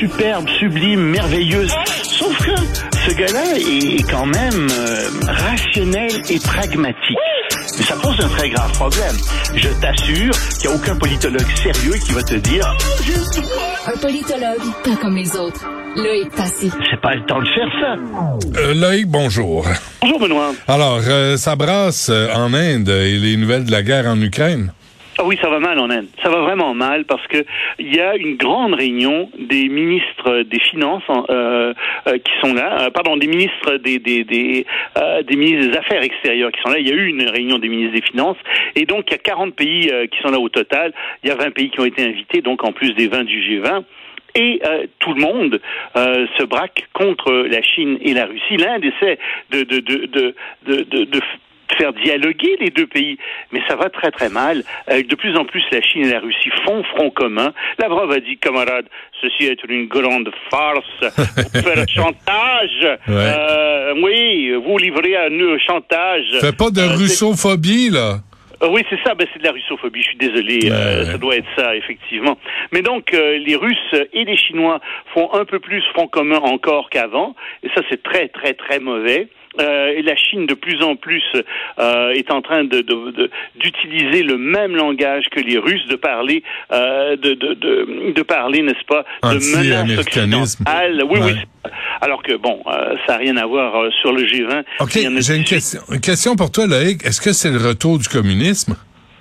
superbe, sublime, merveilleuse. Sauf que ce gars-là est quand même rationnel et pragmatique. Mais ça pose un très grave problème. Je t'assure qu'il n'y a aucun politologue sérieux qui va te dire « j'ai le droit ». Un politologue, pas comme les autres. Loïc Passy. C'est pas le temps de faire ça. Loïc, bonjour. Bonjour Benoît. Alors, ça brasse en Inde et les nouvelles de la guerre en Ukraine. Ah oui, ça va mal en Inde. Ça va vraiment mal parce que il y a une grande réunion des ministres des Finances qui sont là. Des ministres des ministres des Affaires extérieures qui sont là. Il y a eu une réunion des ministres des Finances et donc il y a 40 pays qui sont là au total. Il y a 20 pays qui ont été invités, donc en plus des 20 du G20. Et tout le monde se braque contre la Chine et la Russie. L'Inde essaie de faire dialoguer les deux pays, mais ça va très très mal. De plus en plus, la Chine et la Russie font front commun. Lavrov a dit, camarades, ceci est une grande farce. Vous faites chantage. Ouais. Oui, vous livrez à nous chantage. Fais pas de russophobie, là. Oui, c'est ça, c'est de la russophobie, je suis désolé, ça doit être ça, effectivement. Mais donc, les Russes et les Chinois font un peu plus front commun encore qu'avant, et ça c'est très très très mauvais. Et la Chine de plus en plus est en train d'utiliser le même langage que les Russes, de parler de parler, n'est-ce pas, de menaces occidentales. Oui, ouais. Oui. Alors que ça n'a rien à voir sur le G20. Ok, j'ai une question pour toi, Loïc. Est-ce que c'est le retour du communisme?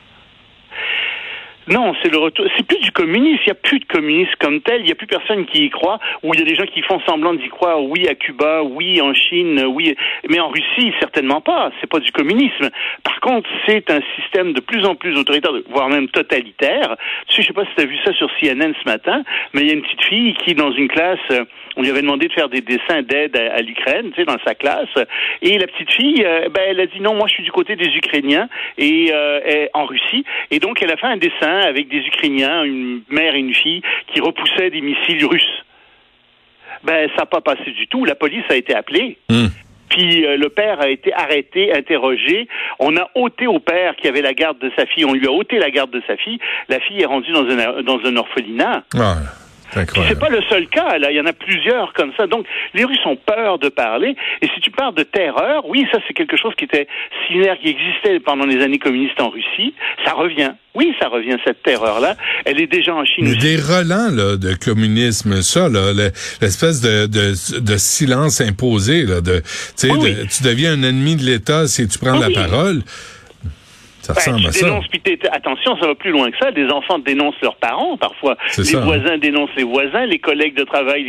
Non, c'est le retour. C'est plus du communisme. Il n'y a plus de communisme comme tel. Il n'y a plus personne qui y croit. Ou il y a des gens qui font semblant d'y croire. Oui, à Cuba. Oui, en Chine. Oui, mais en Russie, certainement pas. C'est pas du communisme. Par contre, c'est un système de plus en plus autoritaire, voire même totalitaire. Tu sais, je sais pas si tu as vu ça sur CNN ce matin, mais il y a une petite fille qui, dans une classe, on lui avait demandé de faire des dessins d'aide à l'Ukraine, tu sais, dans sa classe. Et la petite fille, elle a dit non, moi je suis du côté des Ukrainiens et en Russie. Et donc elle a fait un dessin avec des Ukrainiens, une mère et une fille, qui repoussaient des missiles russes. Ça n'a pas passé du tout. La police a été appelée. Puis le père a été arrêté, interrogé. On a ôté au père qui avait la garde de sa fille. On lui a ôté la garde de sa fille. La fille est rendue dans un orphelinat. Ah. C'est pas le seul cas, là. Il y en a plusieurs comme ça. Donc, les Russes ont peur de parler. Et si tu parles de terreur, oui, ça, c'est quelque chose qui était similaire, qui existait pendant les années communistes en Russie. Ça revient. Oui, ça revient, cette terreur-là. Elle est déjà en Chine. Des relents, là, de communisme, ça, là, l'espèce de silence imposé, là, tu deviens un ennemi de l'État si tu prends la parole. Ça ressemble à ça. Attention, ça va plus loin que ça. Des enfants dénoncent leurs parents, parfois. Les voisins dénoncent les voisins, les collègues de travail.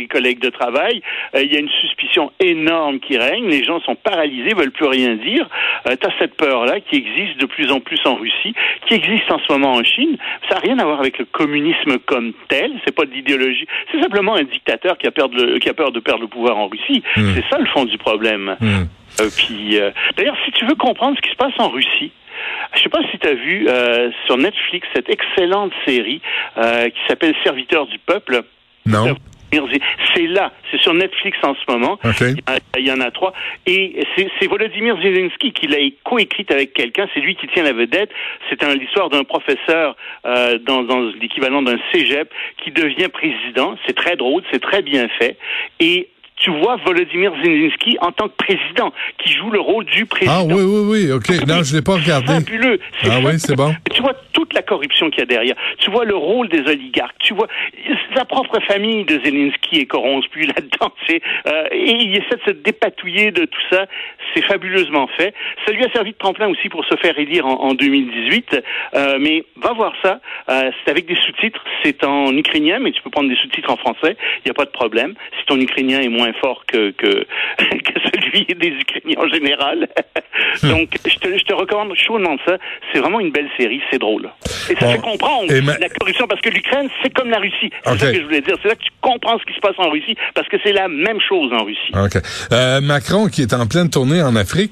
Il y a une suspicion énorme qui règne. Les gens sont paralysés, veulent plus rien dire. T'as cette peur-là qui existe de plus en plus en Russie, qui existe en ce moment en Chine. Ça n'a rien à voir avec le communisme comme tel. C'est pas de l'idéologie. C'est simplement un dictateur qui a peur de perdre le pouvoir en Russie. C'est ça le fond du problème. D'ailleurs, si tu veux comprendre ce qui se passe en Russie, je sais pas si tu as vu sur Netflix cette excellente série qui s'appelle Serviteurs du peuple. Non. C'est sur Netflix en ce moment. Okay. Il y en a 3. Et c'est Volodymyr Zelensky qui l'a coécrite avec quelqu'un. C'est lui qui tient la vedette. C'est l'histoire d'un professeur dans l'équivalent d'un cégep qui devient président. C'est très drôle, c'est très bien fait. Et tu vois Volodymyr Zelensky en tant que président, qui joue le rôle du président. Ah oui, OK. Non, je l'ai pas regardé. C'est fabuleux. Oui, c'est bon. Tu vois toute la corruption qu'il y a derrière. Tu vois le rôle des oligarques. Tu vois sa propre famille de Zelensky est corrompue là-dedans. Et il essaie de se dépatouiller de tout ça. C'est fabuleusement fait. Ça lui a servi de tremplin aussi pour se faire élire en 2018. Mais va voir ça. C'est avec des sous-titres. C'est en ukrainien, mais tu peux prendre des sous-titres en français. Il n'y a pas de problème. Si ton ukrainien est moins fort que celui des Ukrainiens en général. Donc, je te recommande chaudement ça. C'est vraiment une belle série, c'est drôle. Et ça fait comprendre la corruption, parce que l'Ukraine, c'est comme la Russie. C'est ça que je voulais dire. C'est là que tu comprends ce qui se passe en Russie, parce que c'est la même chose en Russie. Macron, qui est en pleine tournée en Afrique.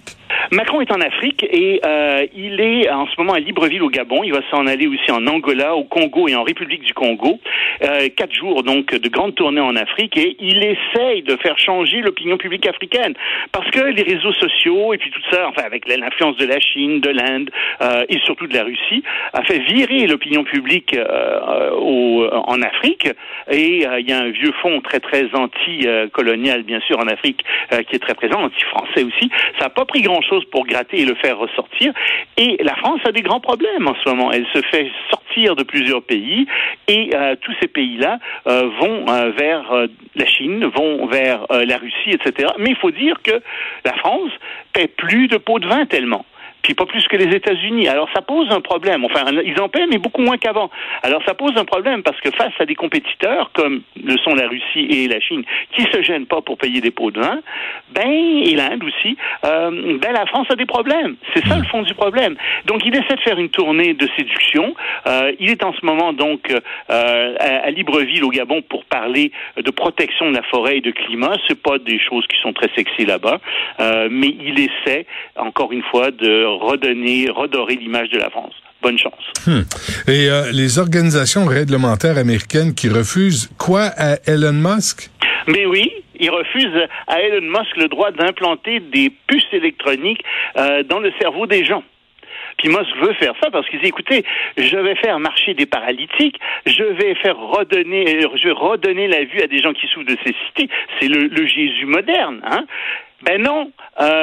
Macron est en Afrique et il est en ce moment à Libreville au Gabon. Il va s'en aller aussi en Angola, au Congo et en République du Congo. 4 jours donc de grande tournée en Afrique et il essaye de faire changer l'opinion publique africaine parce que les réseaux sociaux et puis tout ça, enfin avec l'influence de la Chine, de l'Inde et surtout de la Russie, a fait virer l'opinion publique en Afrique et il y a un vieux fond très très anti-colonial bien sûr en Afrique qui est très présent, anti-français aussi. Ça n'a pas pris grand-chose pour gratter et le faire ressortir. Et la France a des grands problèmes en ce moment. Elle se fait sortir de plusieurs pays et tous ces pays-là vont vers la Chine, vont vers la Russie, etc. Mais il faut dire que la France paie plus de pots de vin tellement. Puis pas plus que les États-Unis. Alors ça pose un problème. Enfin, ils en paient, mais beaucoup moins qu'avant. Alors ça pose un problème parce que face à des compétiteurs comme le sont la Russie et la Chine, qui se gênent pas pour payer des pots de vin, et l'Inde aussi, la France a des problèmes. C'est ça le fond du problème. Donc il essaie de faire une tournée de séduction. Il est en ce moment donc à Libreville au Gabon pour parler de protection de la forêt et de climat. C'est pas des choses qui sont très sexy là-bas, mais il essaie encore une fois de redorer l'image de la France. Bonne chance. Et les organisations réglementaires américaines qui refusent quoi à Elon Musk? Mais oui, ils refusent à Elon Musk le droit d'implanter des puces électroniques dans le cerveau des gens. Puis Musk veut faire ça parce qu'il dit, écoutez, je vais faire marcher des paralytiques, je vais redonner la vue à des gens qui souffrent de cécité. C'est le Jésus moderne, hein? Ben non,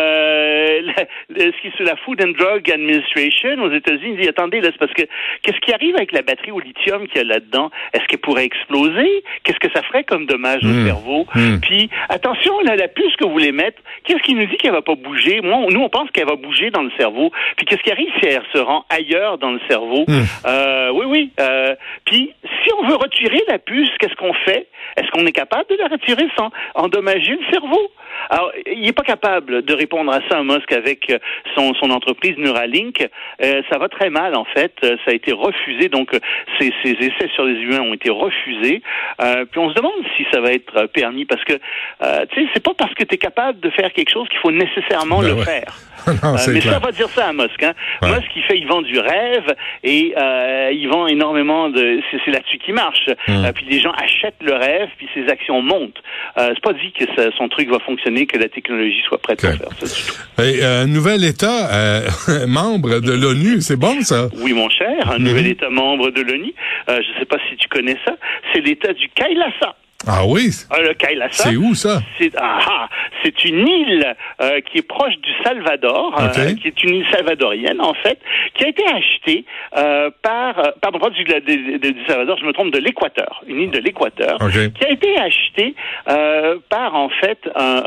la Food and Drug Administration aux États-Unis dit attendez là, c'est parce que qu'est-ce qui arrive avec la batterie au lithium qu'il y a là-dedans? Est-ce qu'elle pourrait exploser? Qu'est-ce que ça ferait comme dommage au cerveau? Puis attention, là, la puce que vous voulez mettre, qu'est-ce qui nous dit qu'elle va pas bouger? Nous on pense qu'elle va bouger dans le cerveau. Puis qu'est-ce qui arrive si elle se rend ailleurs dans le cerveau? Oui. Puis si on veut retirer la puce, qu'est-ce qu'on fait? Est-ce qu'on est capable de la retirer sans endommager le cerveau? Alors, il n'est pas capable de répondre à ça, Musk, avec son entreprise Neuralink. Ça va très mal, en fait. Ça a été refusé, donc ces essais sur les humains ont été refusés. Puis on se demande si ça va être permis, parce que, tu sais, c'est pas parce que tu es capable de faire quelque chose qu'il faut nécessairement le faire. Non, mais ça va dire ça à Musk. Hein. Ouais. Musk, il vend du rêve et il vend énormément de... C'est là-dessus qu'il marche. Puis les gens achètent le rêve, puis ses actions montent. C'est pas dit que son truc va fonctionner, que la technologie soit prête à faire ça du tout. Et, un nouvel État membre de l'ONU, c'est bon ça? Oui, mon cher, un nouvel État membre de l'ONU. Je sais pas si tu connais ça. C'est l'État du Kailasa. Ah oui? Le Kailasa. C'est où ça? C'est une île qui est proche du Salvador, qui est une île salvadorienne en fait, qui a été achetée pas du Salvador, je me trompe, de l'Équateur, une île de l'Équateur, qui a été achetée par en fait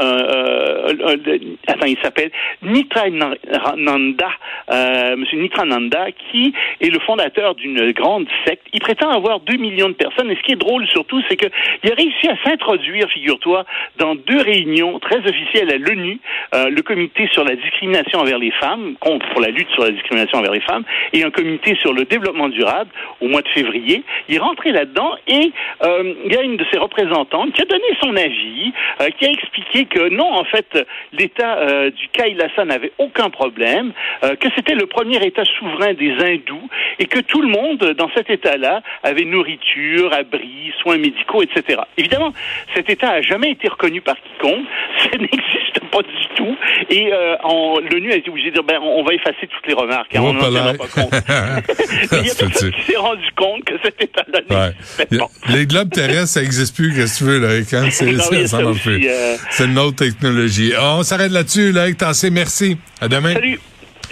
il s'appelle Nitrananda, Monsieur Nitrananda, qui est le fondateur d'une grande secte. Il prétend avoir 2 millions de personnes, et ce qui est drôle surtout, c'est que il a réussi à s'introduire, figure-toi, dans 2 réunions très officielles à l'ONU, le comité sur la discrimination envers les femmes, pour la lutte sur la discrimination envers les femmes, et un comité sur le développement durable au mois de février. Il est rentré là-dedans et il y a une de ses représentantes qui a donné son avis, qui a expliqué que non, en fait, l'État du Kailasa n'avait aucun problème, que c'était le premier État souverain des hindous et que tout le monde dans cet État-là avait nourriture, abri, soins médicaux, etc. Évidemment, cet État n'a jamais été reconnu par quiconque, ça n'existe pas du tout, et l'ONU a été obligée de dire, on va effacer toutes les remarques, on n'en tiendra pas compte. Mais il y a personne qui s'est rendu compte que cet État-là n'existait pas. Les globes terrestres, ça n'existe plus, qu'est-ce que tu veux, là, quand ça n'en fait. C'est une autre technologie. On s'arrête là-dessus, là, Tassé, merci. À demain. Salut.